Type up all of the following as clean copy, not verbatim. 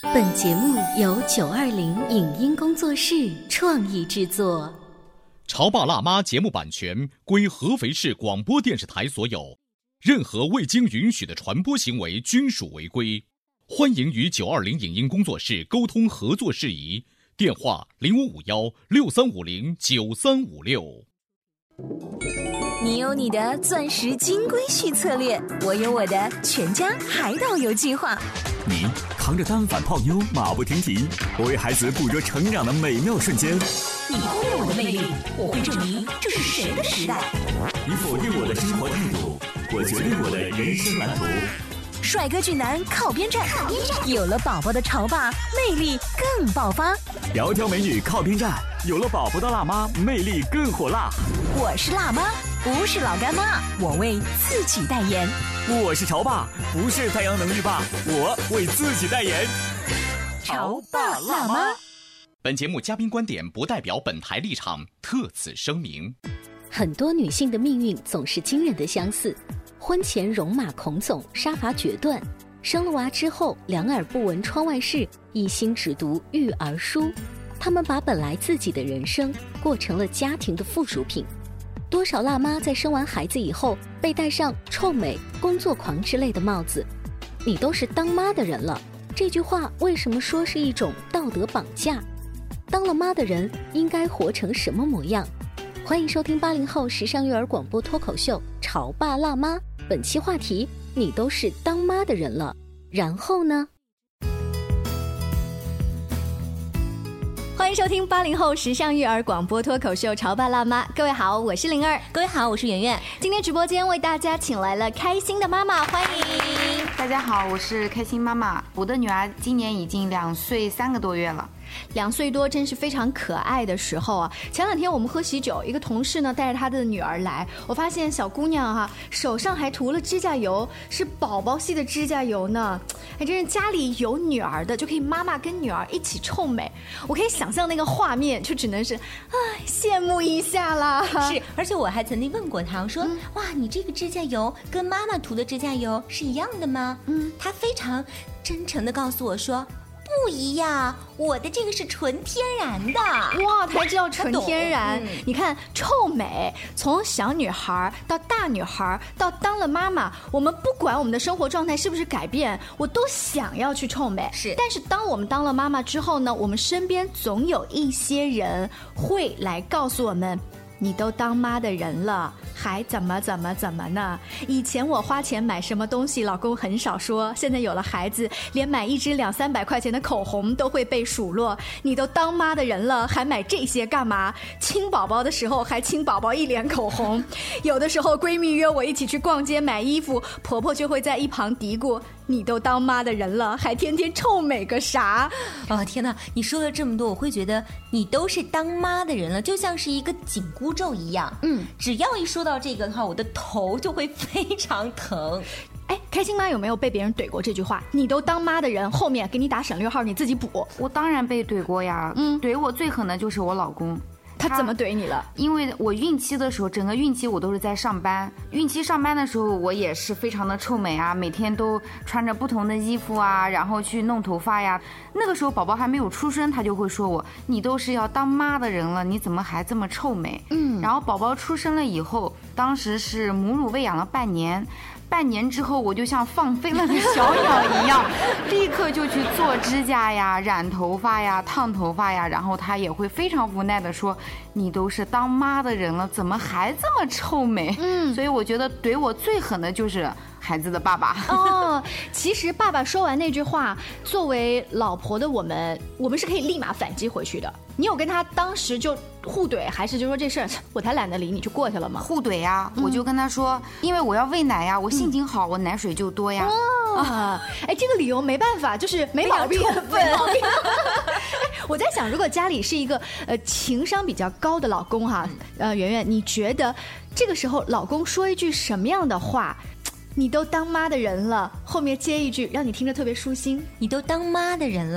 本节目由920影音工作室创意制作。 潮爸辣妈节目版权归合肥市广播电视台所有，任何未经允许的传播行为均属违规。欢迎与920影音工作室沟通合作事宜，电话055163509356。 你有你的钻石金龟婿策略，我有我的全家海岛游计划。 你扛着单反泡妞马不停蹄，我为孩子捕捉成长的美妙瞬间。 你忽略我的魅力，我会证明这是谁的时代。 你否定我的生活态度，我决定我的人生蓝图。 帅哥俊男靠边站，有了宝宝的潮爸魅力更爆发。 窈窕美女靠边站，有了宝宝的辣妈魅力更火辣。 我是辣妈，不是老干妈，我为自己代言。 我是潮爸，不是太阳能浴霸，我为自己代言。 潮爸辣妈。 本节目嘉宾观点不代表本台立场，特此声明。 很多女性的命运总是惊人的相似，婚前戎马孔总，杀伐决断，生了娃之后两耳不闻窗外事，一心只读育儿书。她们把本来自己的人生过成了家庭的附属品。多少辣妈在生完孩子以后被戴上臭美、工作狂之类的帽子。你都是当妈的人了，这句话为什么说是一种道德绑架？当了妈的人应该活成什么模样？欢迎收听80后时尚育儿广播脱口秀《潮爸辣妈》，本期话题：你都是当妈的人了，然后呢？ 欢迎收听80后时尚育儿广播脱口秀《潮爸辣妈》，各位好，我是灵儿， 各位好，我是圆圆。 今天直播间为大家请来了开心的妈妈，欢迎。 大家好，我是开心妈妈。我的女儿今年已经2岁3个多月了。 2岁多真是非常可爱的时候啊！前2天我们喝喜酒，一个同事呢带着他的女儿来，我发现小姑娘手上还涂了指甲油，是宝宝系的指甲油呢。还真是家里有女儿的就可以妈妈跟女儿一起臭美，我可以想象那个画面，就只能是羡慕一下啦。 是，而且我还曾经问过她，我说哇，你这个指甲油跟妈妈涂的指甲油是一样的吗？她非常真诚地告诉我说不一样，我的这个是纯天然的。 哇，才知道纯天然。你看，臭美从小女孩到大女孩到当了妈妈，我们不管我们的生活状态是不是改变，我都想要去臭美。 是， 但是当我们当了妈妈之后呢，我们身边总有一些人会来告诉我们，你都当妈的人了，还怎么呢？以前我花钱买什么东西老公很少说，现在有了孩子，连买一支200-300块钱的口红都会被数落。你都当妈的人了，还买这些干嘛？亲宝宝的时候还亲宝宝一脸口红。有的时候闺蜜约我一起去逛街买衣服，婆婆就会在一旁嘀咕，你都当妈的人了，还天天臭美个啥？ 天哪，你说了这么多，我会觉得你都是当妈的人了，就像是一个紧箍咒一样。只要一说到这个的话，我的头就会非常疼。 开心妈有没有被别人怼过这句话？你都当妈的人，后面给你打省略号，你自己补。 我当然被怼过呀。怼我最狠的就是我老公。 他怎么怼你了？ 因为我孕期的时候，整个孕期我都是在上班。孕期上班的时候，我也是非常的臭美啊，每天都穿着不同的衣服啊，然后去弄头发呀。那个时候宝宝还没有出生，他就会说我，你都是要当妈的人了，你怎么还这么臭美？然后宝宝出生了以后，当时是母乳喂养了半年。半年之后，我就像放飞了的小鸟一样，立刻就去做指甲呀、染头发呀、烫头发呀。然后他也会非常无奈的说：“你都是当妈的人了，怎么还这么臭美？”所以我觉得怼我最狠的就是孩子的爸爸。 其实爸爸说完那句话，作为老婆的我们是可以立马反击回去的。你有跟他当时就互怼，还是就说这事儿我才懒得理你就过去了吗？ 互怼呀，我就跟他说，因为我要喂奶呀，我心情好，我奶水就多呀。 这个理由没办法，就是没毛病。我在想，如果家里是一个情商比较高的老公圆圆，你觉得这个时候老公说一句什么样的话，你都当妈的人了，后面接一句让你听着特别舒心， 你都当妈的人了，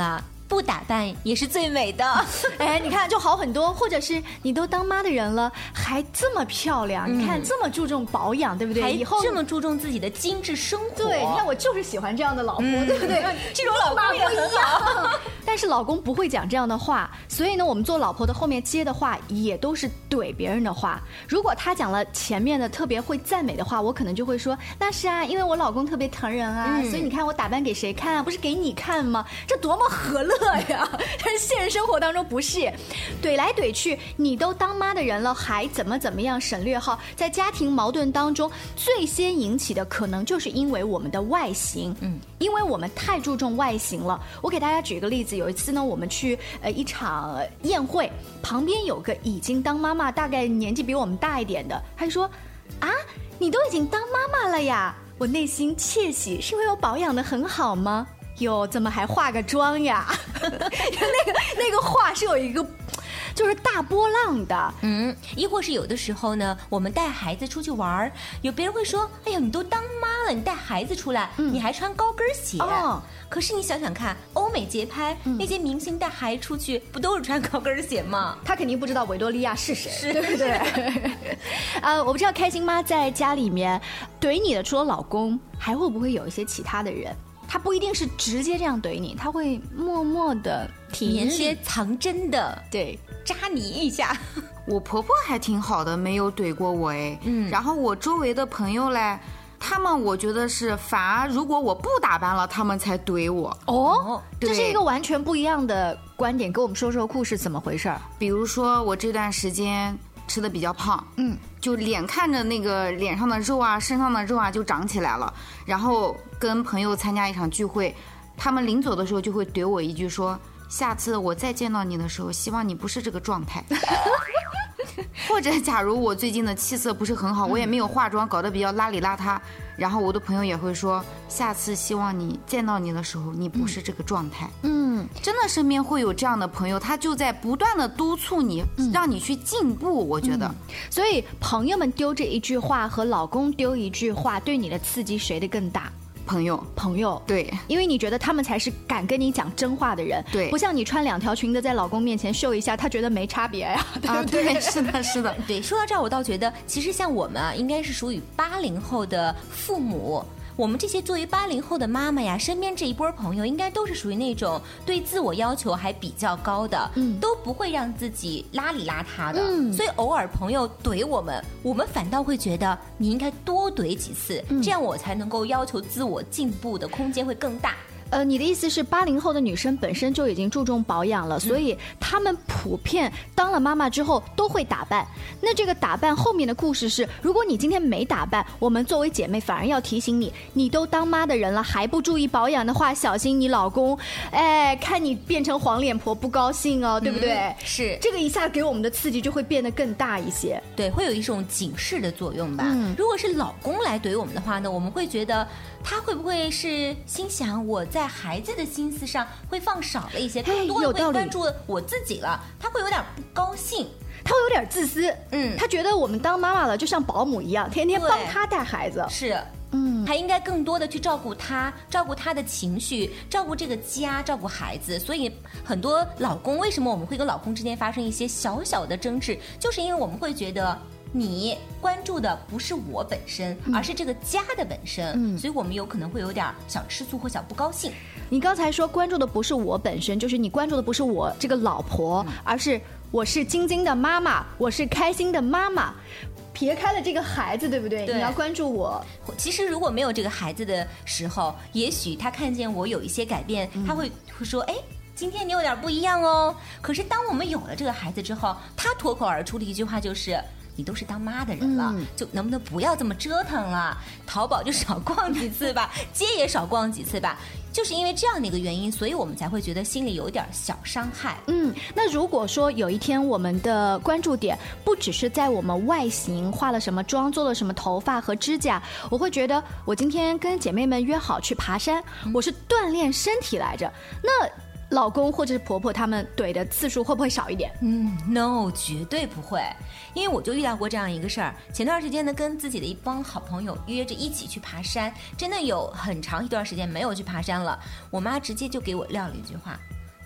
不打扮也是最美的。 哎，你看就好很多，或者是你都当妈的人了，还这么漂亮，你看这么注重保养，对不对？ 还以后这么注重自己的精致生活。 对，你看我就是喜欢这样的老婆，对不对？ 这种老公也很好。 但是老公不会讲这样的话，所以呢，我们做老婆的后面接的话也都是怼别人的话。如果他讲了前面的特别会赞美的话，我可能就会说，那是啊，因为我老公特别疼人啊，所以你看我打扮给谁看啊？不是给你看吗？这多么和乐呀！但是现实生活当中不是，怼来怼去，你都当妈的人了，还怎么样？省略号，在家庭矛盾当中，最先引起的可能就是因为我们的外形，因为我们太注重外形了。我给大家举个例子，有一次呢，我们去一场宴会，旁边有个已经当妈妈，大概年纪比我们大一点的，他就说啊，你都已经当妈妈了呀？我内心窃喜，是因为我保养得很好吗？哟，怎么还化个妆呀？那个话是有一个就是大波浪的， 亦或是有的时候呢，我们带孩子出去玩，有别人会说，哎呀，你都当妈了，你带孩子出来，你还穿高跟鞋。可是你想想看，欧美节拍，那些明星带孩子出去，不都是穿高跟鞋吗？ 他肯定不知道维多利亚是谁，对不对？我不知道开心妈在家里面怼你的，除了老公，还会不会有一些其他的人？他不一定是直接这样怼你，他会默默的提一些藏针的， 对， 扎你一下。 我婆婆还挺好的，没有怼过我哎。然后我周围的朋友嘞，他们我觉得是反而如果我不打扮了，他们才怼我。 哦，这是一个完全不一样的观点，给我们说说故事怎么回事？ 比如说我这段时间吃的比较胖，就脸看着那个脸上的肉啊，身上的肉啊就长起来了，然后跟朋友参加一场聚会，他们临走的时候就会怼我一句说，下次我再见到你的时候，希望你不是这个状态。或者假如我最近的气色不是很好，我也没有化妆，搞得比较邋里邋遢，然后我的朋友也会说，下次希望你见到你的时候，你不是这个状态。真的身边会有这样的朋友，他就在不断的督促你，让你去进步，我觉得。 所以朋友们丢这一句话和老公丢一句话，对你的刺激谁的更大？朋友，对，因为你觉得他们才是敢跟你讲真话的人，对，不像你穿2条裙子在老公面前秀一下，他觉得没差别呀，对不对？ 对，是的， 对。说到这儿，我倒觉得，其实像我们啊，应该是属于80后的父母。我们这些作为80后的妈妈呀，身边这一波朋友应该都是属于那种对自我要求还比较高的，都不会让自己邋里邋遢的，所以偶尔朋友怼我们反倒会觉得你应该多怼几次，这样我才能够要求自我进步的空间会更大。 你的意思是80后的女生本身就已经注重保养了，所以她们普遍当了妈妈之后都会打扮。那这个打扮后面的故事是，如果你今天没打扮，我们作为姐妹反而要提醒你，你都当妈的人了还不注意保养的话，小心你老公看你变成黄脸婆不高兴哦，对不对？ 是， 这个一下给我们的刺激就会变得更大一些， 对，会有一种警示的作用吧。如果是老公来怼我们的话呢，我们会觉得他会不会是心想我在孩子的心思上会放少了一些，更多的会关注我自己了，他会有点不高兴， 他会有点自私，他觉得我们当妈妈了就像保姆一样，天天帮他带孩子， 是，还应该更多的去照顾他的情绪，照顾这个家，照顾孩子。所以很多老公，为什么我们会跟老公之间发生一些小小的争执，就是因为我们会觉得你关注的不是我本身，而是这个家的本身，所以我们有可能会有点小吃醋或小不高兴。 你刚才说关注的不是我本身，就是你关注的不是我这个老婆，而是我是晶晶的妈妈，我是开心的妈妈，撇开了这个孩子，对不对？你要关注我。 其实如果没有这个孩子的时候，也许他看见我有一些改变，他会说，哎，今天你有点不一样哦。可是当我们有了这个孩子之后，他脱口而出的一句话就是，你都是当妈的人了，就能不能不要这么折腾了？淘宝就少逛几次吧，街也少逛几次吧。就是因为这样的一个原因，所以我们才会觉得心里有点小伤害。 那如果说有一天我们的关注点不只是在我们外形，化了什么妆，做了什么头发和指甲，我会觉得我今天跟姐妹们约好去爬山，我是锻炼身体来着。那老公或者是婆婆他们怼的次数会不会少一点 ？No， 绝对不会。因为我就遇到过这样一个事儿，前段时间呢，跟自己的一帮好朋友约着一起去爬山，真的有很长一段时间没有去爬山了。我妈直接就给我撂了一句话：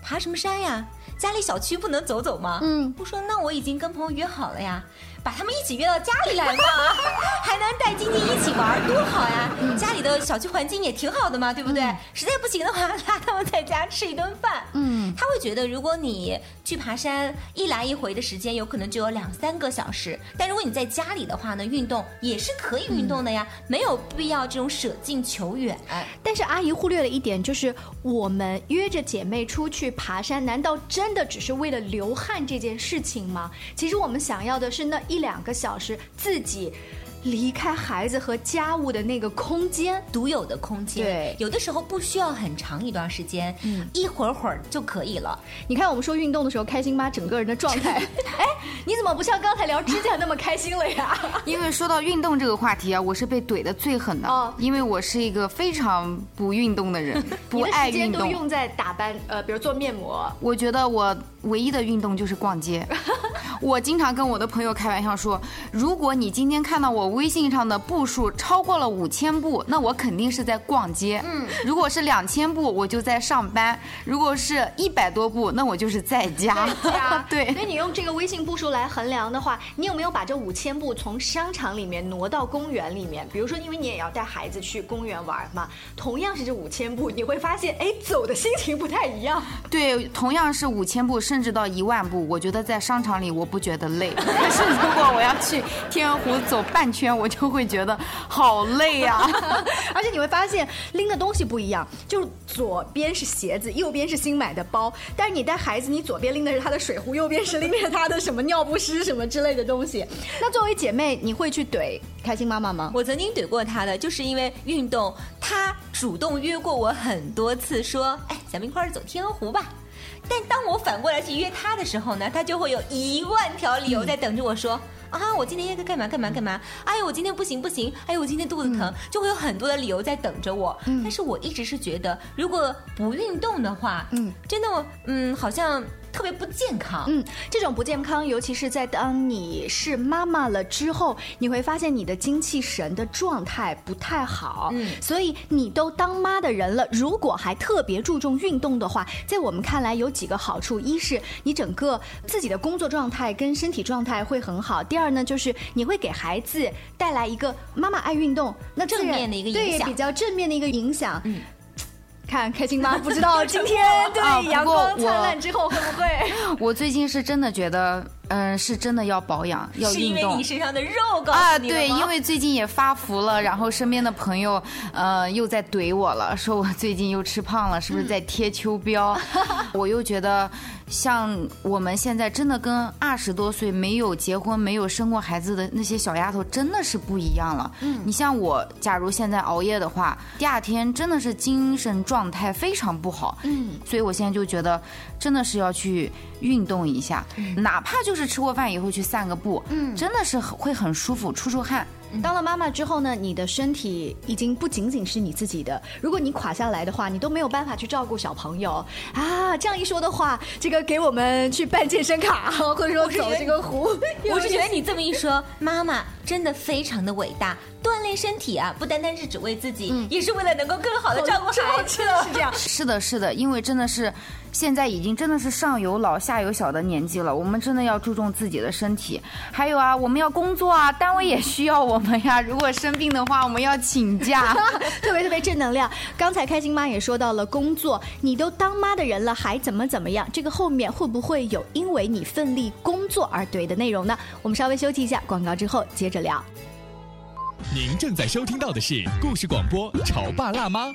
爬什么山呀？家里小区不能走走吗？我说那我已经跟朋友约好了呀，把他们一起约到家里来嘛，还能带晶晶一起玩，多好呀！家里的小区环境也挺好的嘛，对不对？实在不行的话，拉他们在家吃一顿饭。他会觉得如果你去爬山一来一回的时间有可能就有2-3个小时，但如果你在家里的话呢，运动也是可以运动的呀，没有必要这种舍近求远。 但是阿姨忽略了一点，就是我们约着姐妹出去爬山，难道真的只是为了流汗这件事情吗？其实我们想要的是那1-2个小时自己离开孩子和家务的那个空间， 独有的空间。 对， 有的时候不需要很长一段时间，一会儿就可以了。 你看我们说运动的时候，开心妈整个人的状态，哎，你怎么不像刚才聊指甲那么开心了呀？ 因为说到运动这个话题啊，我是被怼得最狠的，因为我是一个非常不运动的人，不爱运动。 你的时间都用在打扮，比如做面膜。 我觉得我唯一的运动就是逛街。我经常跟我的朋友开玩笑说，如果你今天看到我微信上的步数超过了5000步，那我肯定是在逛街。如果是2000步，我就在上班；如果是100多步，那我就是在家。对。 那你用这个微信步数来衡量的话，你有没有把这5000步从商场里面挪到公园里面？比如说，因为你也要带孩子去公园玩嘛，同样是这5000步，你会发现，哎，走的心情不太一样。 对，同样是5000步，甚至到10000步，我觉得在商场里我不觉得累，但是如果我要去天鹅湖走半圈，我就会觉得好累呀。 而且你会发现拎的东西不一样，就左边是鞋子，右边是新买的包，但是你带孩子，你左边拎的是他的水壶，右边是拎着他的什么尿不湿什么之类的东西。那作为姐妹，你会去怼开心妈妈吗？ 我曾经怼过她的，就是因为运动，她主动约过我很多次，说，哎，咱们一块儿走天鹅湖吧。但当我反过来去约他的时候呢，他就会有10000条理由在等着我说，啊，我今天应该干嘛，哎呦，我今天不行，哎呦，我今天肚子疼，就会有很多的理由在等着我。但是我一直是觉得，如果不运动的话，真的，好像特别不健康。 这种不健康，尤其是在当你是妈妈了之后，你会发现你的精气神的状态不太好。所以你都当妈的人了，如果还特别注重运动的话，在我们看来有几个好处：一是你整个自己的工作状态跟身体状态会很好；第二呢，就是你会给孩子带来一个妈妈爱运动，那正面的一个影响， 对，比较正面的一个影响。看开心妈，不知道今天对阳光灿烂之后会不会？ 我最近是真的觉得，是真的要保养，要运动。是因为你身上的肉告诉你了吗？ 对，因为最近也发福了，然后身边的朋友，又在怼我了，说我最近又吃胖了，是不是在贴秋膘？我又觉得，像我们现在真的跟20多岁没有结婚、没有生过孩子的那些小丫头，真的是不一样了。你像我，假如现在熬夜的话，第2天真的是精神状态非常不好。所以我现在就觉得，真的是要去运动一下，哪怕就是吃过饭以后去散个步，真的是会很舒服，出汗。 当了妈妈之后呢，你的身体已经不仅仅是你自己的，如果你垮下来的话，你都没有办法去照顾小朋友啊。这样一说的话，这个给我们去办健身卡，或者说走这个湖。 我是觉得你这么一说，妈妈真的非常的伟大。锻炼身体啊，不单单是只为自己，也是为了能够更好的照顾孩子。 是这样。 是的，因为真的是现在已经真的是上有老下有小的年纪了，我们真的要注重自己的身体。还有啊，我们要工作啊，单位也需要我们呀。如果生病的话，我们要请假。 特别正能量。刚才开心妈也说到了工作，你都当妈的人了，还怎么样？这个后面会不会有因为你奋力工作而怼的内容呢？我们稍微休息一下，广告之后接着聊。 您正在收听到的是故事广播《潮爸辣妈》。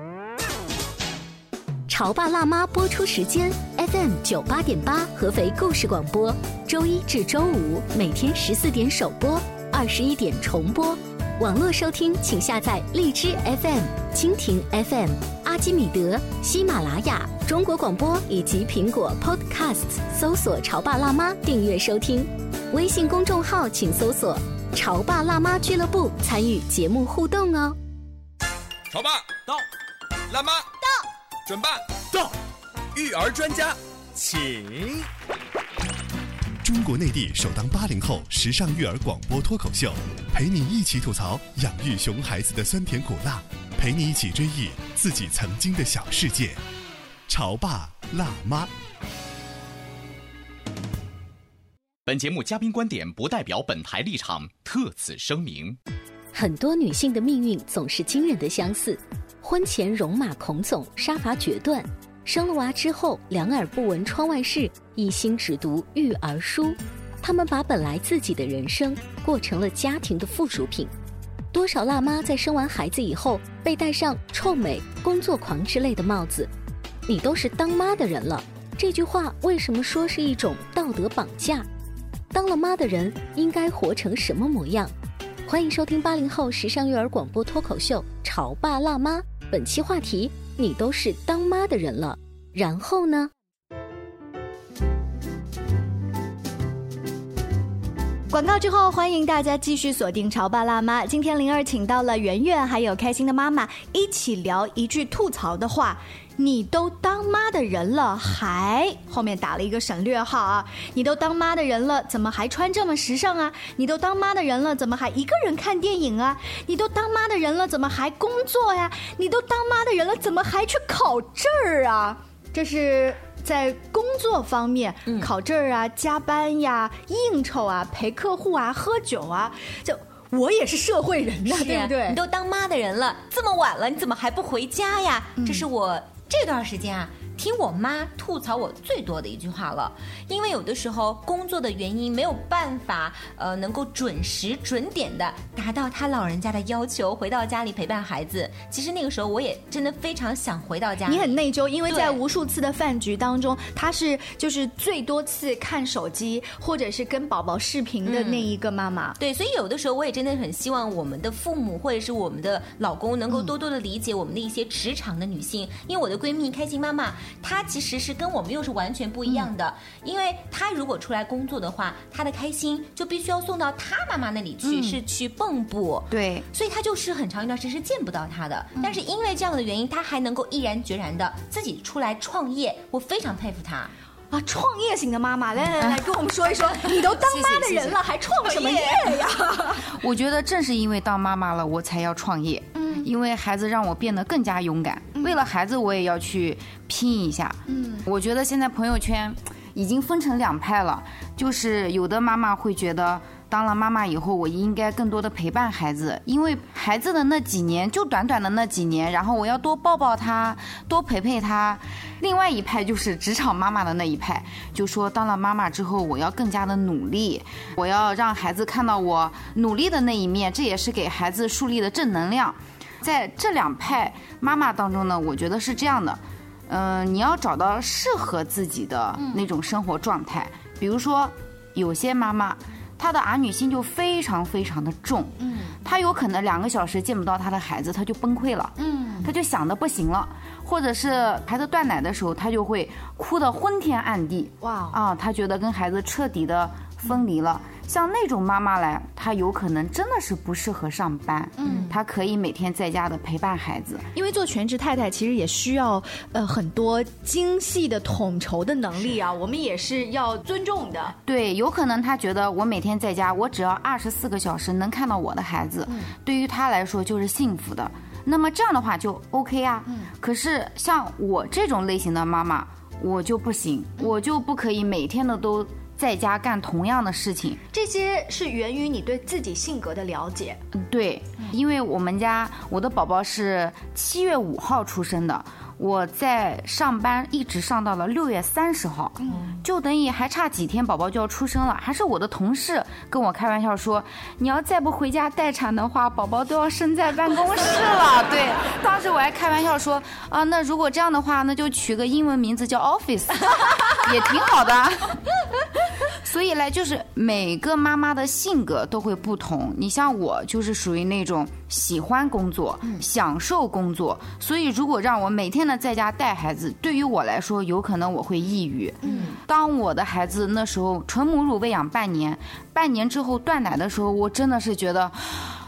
潮爸辣妈播出时间 FM 98.8合肥故事广播，周一至周五每天14点首播，21点重播。网络收听请下载荔枝 FM、蜻蜓 FM、阿基米德、喜马拉雅、中国广播以及苹果 Podcasts， 搜索潮爸辣妈订阅收听。微信公众号请搜索潮爸辣妈俱乐部，参与节目互动哦。 潮爸到，辣妈到， 准爸到，育儿专家请。 中国内地首档80后时尚育儿广播脱口秀，陪你一起吐槽养育熊孩子的酸甜苦辣，陪你一起追忆自己曾经的小世界。 潮爸辣妈。 本节目嘉宾观点不代表本台立场，特此声明。 很多女性的命运总是惊人的相似，婚前戎马倥偬，杀伐决断，生了娃之后两耳不闻窗外事，一心只读育儿书。她们把本来自己的人生过成了家庭的附属品。多少辣妈在生完孩子以后被戴上臭美、工作狂之类的帽子。你都是当妈的人了，这句话为什么说是一种道德绑架？当了妈的人应该活成什么模样？欢迎收听80后时尚育儿广播脱口秀《潮爸辣妈》，本期话题：你都是当妈的人了，然后呢？ 广告之后，欢迎大家继续锁定潮爸辣妈。今天灵儿请到了圆圆还有开心的妈妈一起聊一句吐槽的话：你都当妈的人了，还后面打了一个省略号啊！你都当妈的人了，怎么还穿这么时尚啊？你都当妈的人了，怎么还一个人看电影啊？你都当妈的人了，怎么还工作呀？你都当妈的人了，怎么还去考证儿啊？这是在工作方面，考证儿啊、加班呀、应酬啊、陪客户啊、喝酒啊，就我也是社会人呐，对不对？ 你都当妈的人了，这么晚了，你怎么还不回家呀？这是我这段时间啊听我妈吐槽我最多的一句话了。因为有的时候工作的原因没有办法能够准时准点的达到她老人家的要求，回到家里陪伴孩子。其实那个时候我也真的非常想回到家里。 你很内疚，因为在无数次的饭局当中，她是就是最多次看手机或者是跟宝宝视频的那一个妈妈。 对，所以有的时候我也真的很希望我们的父母或者是我们的老公能够多多的理解我们的一些职场的女性。因为我的闺蜜开心妈妈，她其实是跟我们又是完全不一样的。因为她如果出来工作的话，她的开心就必须要送到她妈妈那里去，是去蚌埠。 对， 所以她就是很长一段时间是见不到她的。但是因为这样的原因，她还能够毅然决然的自己出来创业，我非常佩服她。 啊，创业型的妈妈，来跟我们说一说，你都当妈的人了，还创什么业呀？ 我觉得正是因为当妈妈了，我才要创业。因为孩子让我变得更加勇敢，为了孩子我也要去拼一下。我觉得现在朋友圈已经分成两派了，就是有的妈妈会觉得当了妈妈以后我应该更多的陪伴孩子，因为孩子的那几年就短短的那几年，然后我要多抱抱他，多陪陪他。另外一派就是职场妈妈的那一派，就说当了妈妈之后我要更加的努力，我要让孩子看到我努力的那一面，这也是给孩子树立的正能量。在这两派妈妈当中呢，我觉得是这样的，你要找到适合自己的那种生活状态。比如说有些妈妈她的儿女心就非常非常的重，她有可能2个小时见不到她的孩子，她就崩溃了，她就想的不行了，或者是孩子断奶的时候，她就会哭得昏天暗地，她觉得跟孩子彻底的分离了。像那种妈妈来，她有可能真的是不适合上班，她可以每天在家的陪伴孩子。 因为做全职太太其实也需要很多精细的统筹的能力啊，我们也是要尊重的。 对，有可能她觉得我每天在家，我只要24个小时能看到我的孩子，对于她来说就是幸福的。那么这样的话就 OK 啊。可是像我这种类型的妈妈，我就不行，我就不可以每天的都在家干同样的事情。 这些是源于你对自己性格的了解。 对，因为我的宝宝是7月5号出生的，我在上班一直上到了6月30号，就等于还差几天宝宝就要出生了。还是我的同事跟我开玩笑说，你要再不回家待产的话，宝宝都要生在办公室了。对，当时我还开玩笑说啊，那如果这样的话，那就取个英文名字叫 Office 也挺好的。所以呢，就是每个妈妈的性格都会不同。你像我就是属于那种喜欢工作、享受工作，所以如果让我每天的在家带孩子，对于我来说有可能我会抑郁。当我的孩子那时候纯母乳喂养半年之后断奶的时候，我真的是觉得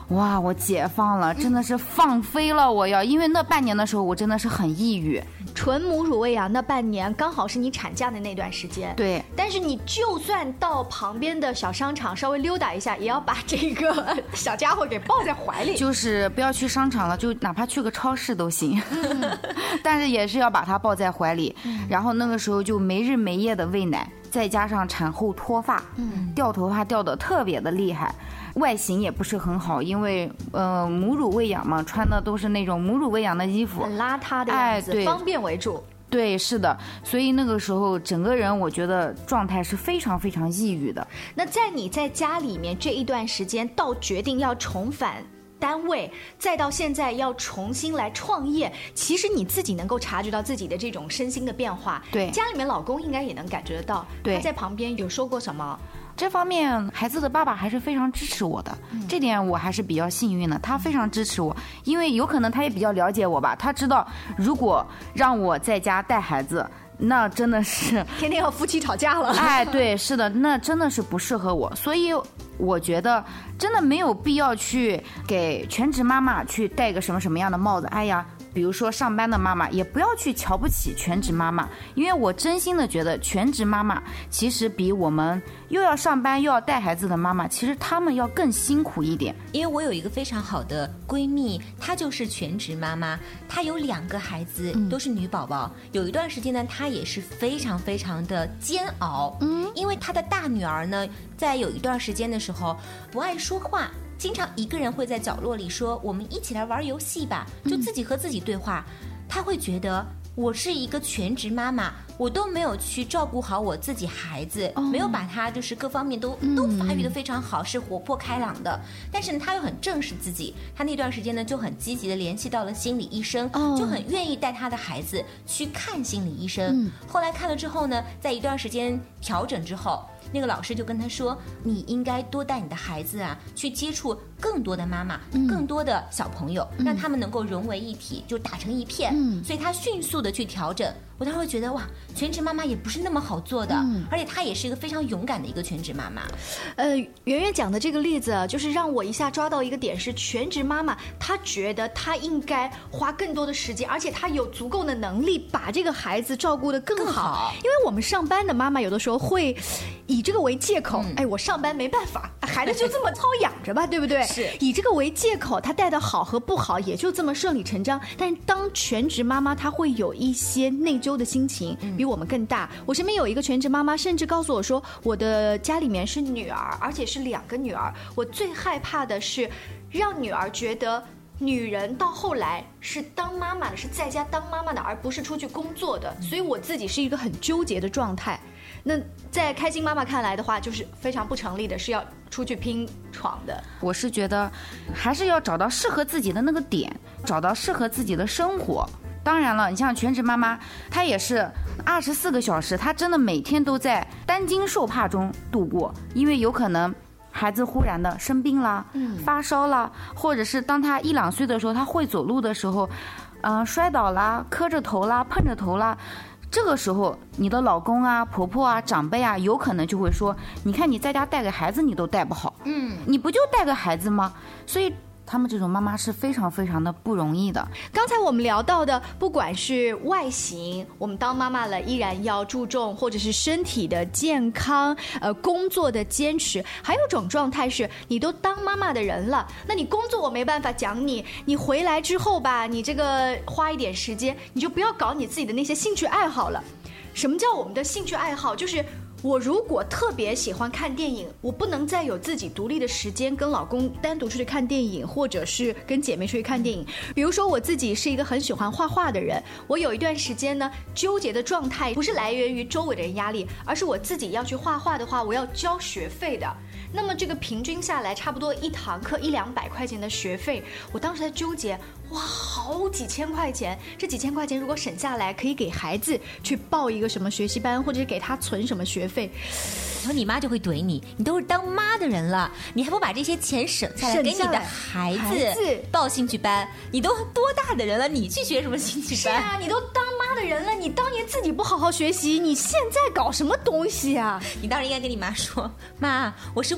哇，我解放了，真的是放飞了我要，因为那半年的时候我真的是很抑郁。 纯母乳喂养那半年刚好是你产假的那段时间， 对。 但是你就算到旁边的小商场稍微溜达一下，也要把这个小家伙给抱在怀里。 就是不要去商场了，就哪怕去个超市都行，但是也是要把它抱在怀里。然后那个时候就没日没夜的喂奶，再加上产后脱发，掉头发掉得特别的厉害。外形也不是很好，因为母乳喂养嘛，穿的都是那种母乳喂养的衣服， 很邋遢的样子， 对， 方便为主。 对，是的，所以那个时候整个人我觉得状态是非常非常抑郁的。 那在你在家里面这一段时间，到决定要重返单位，再到现在要重新来创业，其实你自己能够察觉到自己的这种身心的变化。 对， 家里面老公应该也能感觉得到。 对， 他在旁边有说过什么？ 这方面孩子的爸爸还是非常支持我的，这点我还是比较幸运的，他非常支持我，因为有可能他也比较了解我吧，他知道如果让我在家带孩子，那真的是天天和夫妻吵架了。 哎，对，是的，那真的是不适合我，所以我觉得真的没有必要去给全职妈妈去戴个什么样的帽子。哎呀，比如说上班的妈妈也不要去瞧不起全职妈妈，因为我真心的觉得全职妈妈其实比我们又要上班又要带孩子的妈妈，其实她们要更辛苦一点。 因为我有一个非常好的闺蜜，她就是全职妈妈，她有2个孩子，都是女宝宝。有一段时间呢，她也是非常非常的煎熬，因为她的大女儿呢，在有一段时间的时候不爱说话，经常一个人会在角落里说我们一起来玩游戏吧，就自己和自己对话。她会觉得我是一个全职妈妈，我都没有去照顾好我自己孩子，没有把他就是各方面都发育得非常好，是活泼开朗的。但是呢，他又很正视自己，他那段时间呢就很积极的联系到了心理医生，就很愿意带他的孩子去看心理医生。后来看了之后呢，在一段时间调整之后，那个老师就跟他说，你应该多带你的孩子啊，去接触更多的妈妈，更多的小朋友，让他们能够融为一体，就打成一片。所以他迅速的去调整。我当时会觉得哇，全职妈妈也不是那么好做的，而且她也是一个非常勇敢的一个全职妈妈。 圆圆讲的这个例子就是让我一下抓到一个点，是全职妈妈她觉得她应该花更多的时间，而且她有足够的能力把这个孩子照顾得更好。因为我们上班的妈妈有的时候会以这个为借口，哎，我上班没办法，孩子就这么操养着吧，对不对？ 是以这个为借口，她带的好和不好也就这么顺理成章。但是当全职妈妈，她会有一些内疚的心情，比我们更大。我身边有一个全职妈妈，甚至告诉我说，我的家里面是女儿，而且是2个女儿。我最害怕的是让女儿觉得女人到后来是当妈妈的，是在家当妈妈的，而不是出去工作的。所以我自己是一个很纠结的状态。那在开心妈妈看来的话，就是非常不成立的，是要出去拼闯的。 我是觉得还是要找到适合自己的那个点，找到适合自己的生活。当然了，你像全职妈妈，她也是24个小时，她真的每天都在担惊受怕中度过，因为有可能孩子忽然的生病啦，发烧啦，或者是当他1、2岁的时候，他会走路的时候，摔倒啦，磕着头啦，碰着头啦。这个时候，你的老公啊、婆婆啊、长辈啊，有可能就会说：“你看你在家带个孩子，你都带不好，你不就带个孩子吗？”所以他们这种妈妈是非常非常的不容易的。 刚才我们聊到的，不管是外形，我们当妈妈了依然要注重，或者是身体的健康，工作的坚持，还有种状态是你都当妈妈的人了，那你工作我没办法讲你，你回来之后吧，你这个花一点时间，你就不要搞你自己的那些兴趣爱好了。什么叫我们的兴趣爱好？就是我如果特别喜欢看电影，我不能再有自己独立的时间跟老公单独出去看电影，或者是跟姐妹出去看电影。比如说我自己是一个很喜欢画画的人，我有一段时间呢，纠结的状态不是来源于周围的人压力，而是我自己要去画画的话，我要交学费的。那么这个平均下来差不多1堂课100-200块钱的学费，我当时在纠结，哇，好几千块钱，这几千块钱如果省下来，可以给孩子去报一个什么学习班，或者是给他存什么学费。 然后你妈就会怼你，你都是当妈的人了，你还不把这些钱省下来给你的孩子报兴趣班？你都多大的人了，你去学什么兴趣班？ 是啊，你都当妈的人了，你当年自己不好好学习，你现在搞什么东西啊？ 你当时应该跟你妈说，妈，我是为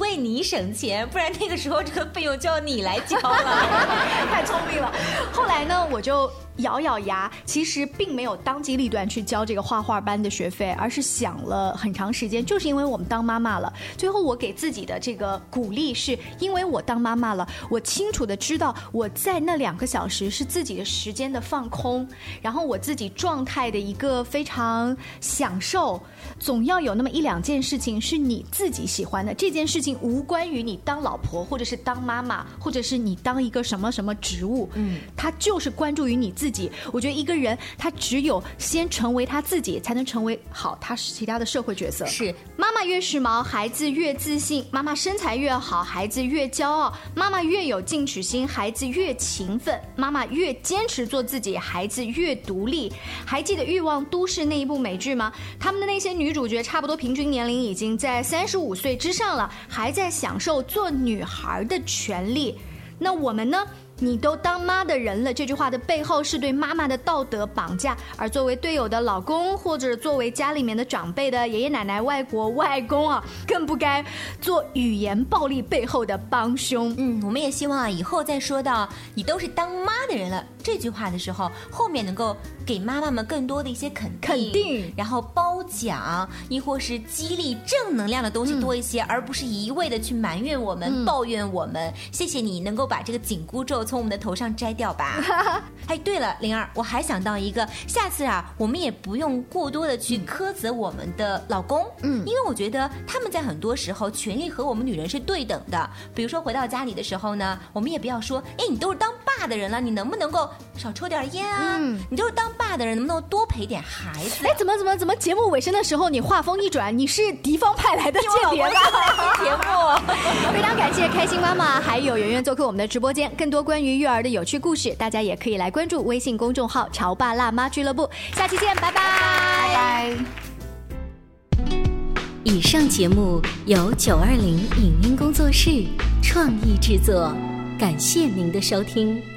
为你省钱，不然那个时候这个费用就要你来交了。 太聪明了。后来呢，我就咬咬牙，其实并没有当机立断去交这个画画班的学费，而是想了很长时间，就是因为我们当妈妈了。最后我给自己的这个鼓励是，因为我当妈妈了，我清楚的知道我在那2个小时是自己的时间的放空，然后我自己状态的一个非常享受。总要有那么1-2件事情是你自己喜欢的，这件事情无关于你当老婆，或者是当妈妈，或者是你当一个什么什么职务，它就是关注于你自己。我觉得一个人他只有先成为他自己，才能成为好他其他的社会角色。 是， 妈妈越时髦，孩子越自信；妈妈身材越好，孩子越骄傲；妈妈越有进取心，孩子越勤奋；妈妈越坚持做自己，孩子越独立。还记得《欲望都市》那一部美剧吗？他们的那些女主角差不多平均年龄已经在35岁之上了，还在享受做女孩的权利。那我们呢？你都当妈的人了，这句话的背后是对妈妈的道德绑架，而作为队友的老公，或者作为家里面的长辈的爷爷奶奶、外婆、外公啊，更不该做语言暴力背后的帮凶。 我们也希望以后再说到你都是当妈的人了这句话的时候，后面能够给妈妈们更多的一些肯定，然后褒奖，亦或是激励正能量的东西多一些，而不是一味的去埋怨我们、抱怨我们。谢谢你能够把这个紧箍咒从我们的头上摘掉吧。哎，对了，灵儿，我还想到一个，下次啊，我们也不用过多的去苛责我们的老公，因为我觉得他们在很多时候权利和我们女人是对等的。比如说回到家里的时候呢，我们也不要说，哎，你都是当爸的人了，你能不能够少抽点烟啊？你都是当爸的人，能不能多陪点孩子？ 哎，怎么节目尾声的时候你话锋一转，你是敌方派来的间谍吧？ 节目非常感谢开心妈妈还有圆圆做客我们的直播间，更多关于育儿的有趣故事，大家也可以来关注微信公众号潮爸辣妈俱乐部。下期见，拜拜，拜拜。 以上节目由920影音工作室创意制作，感谢您的收听。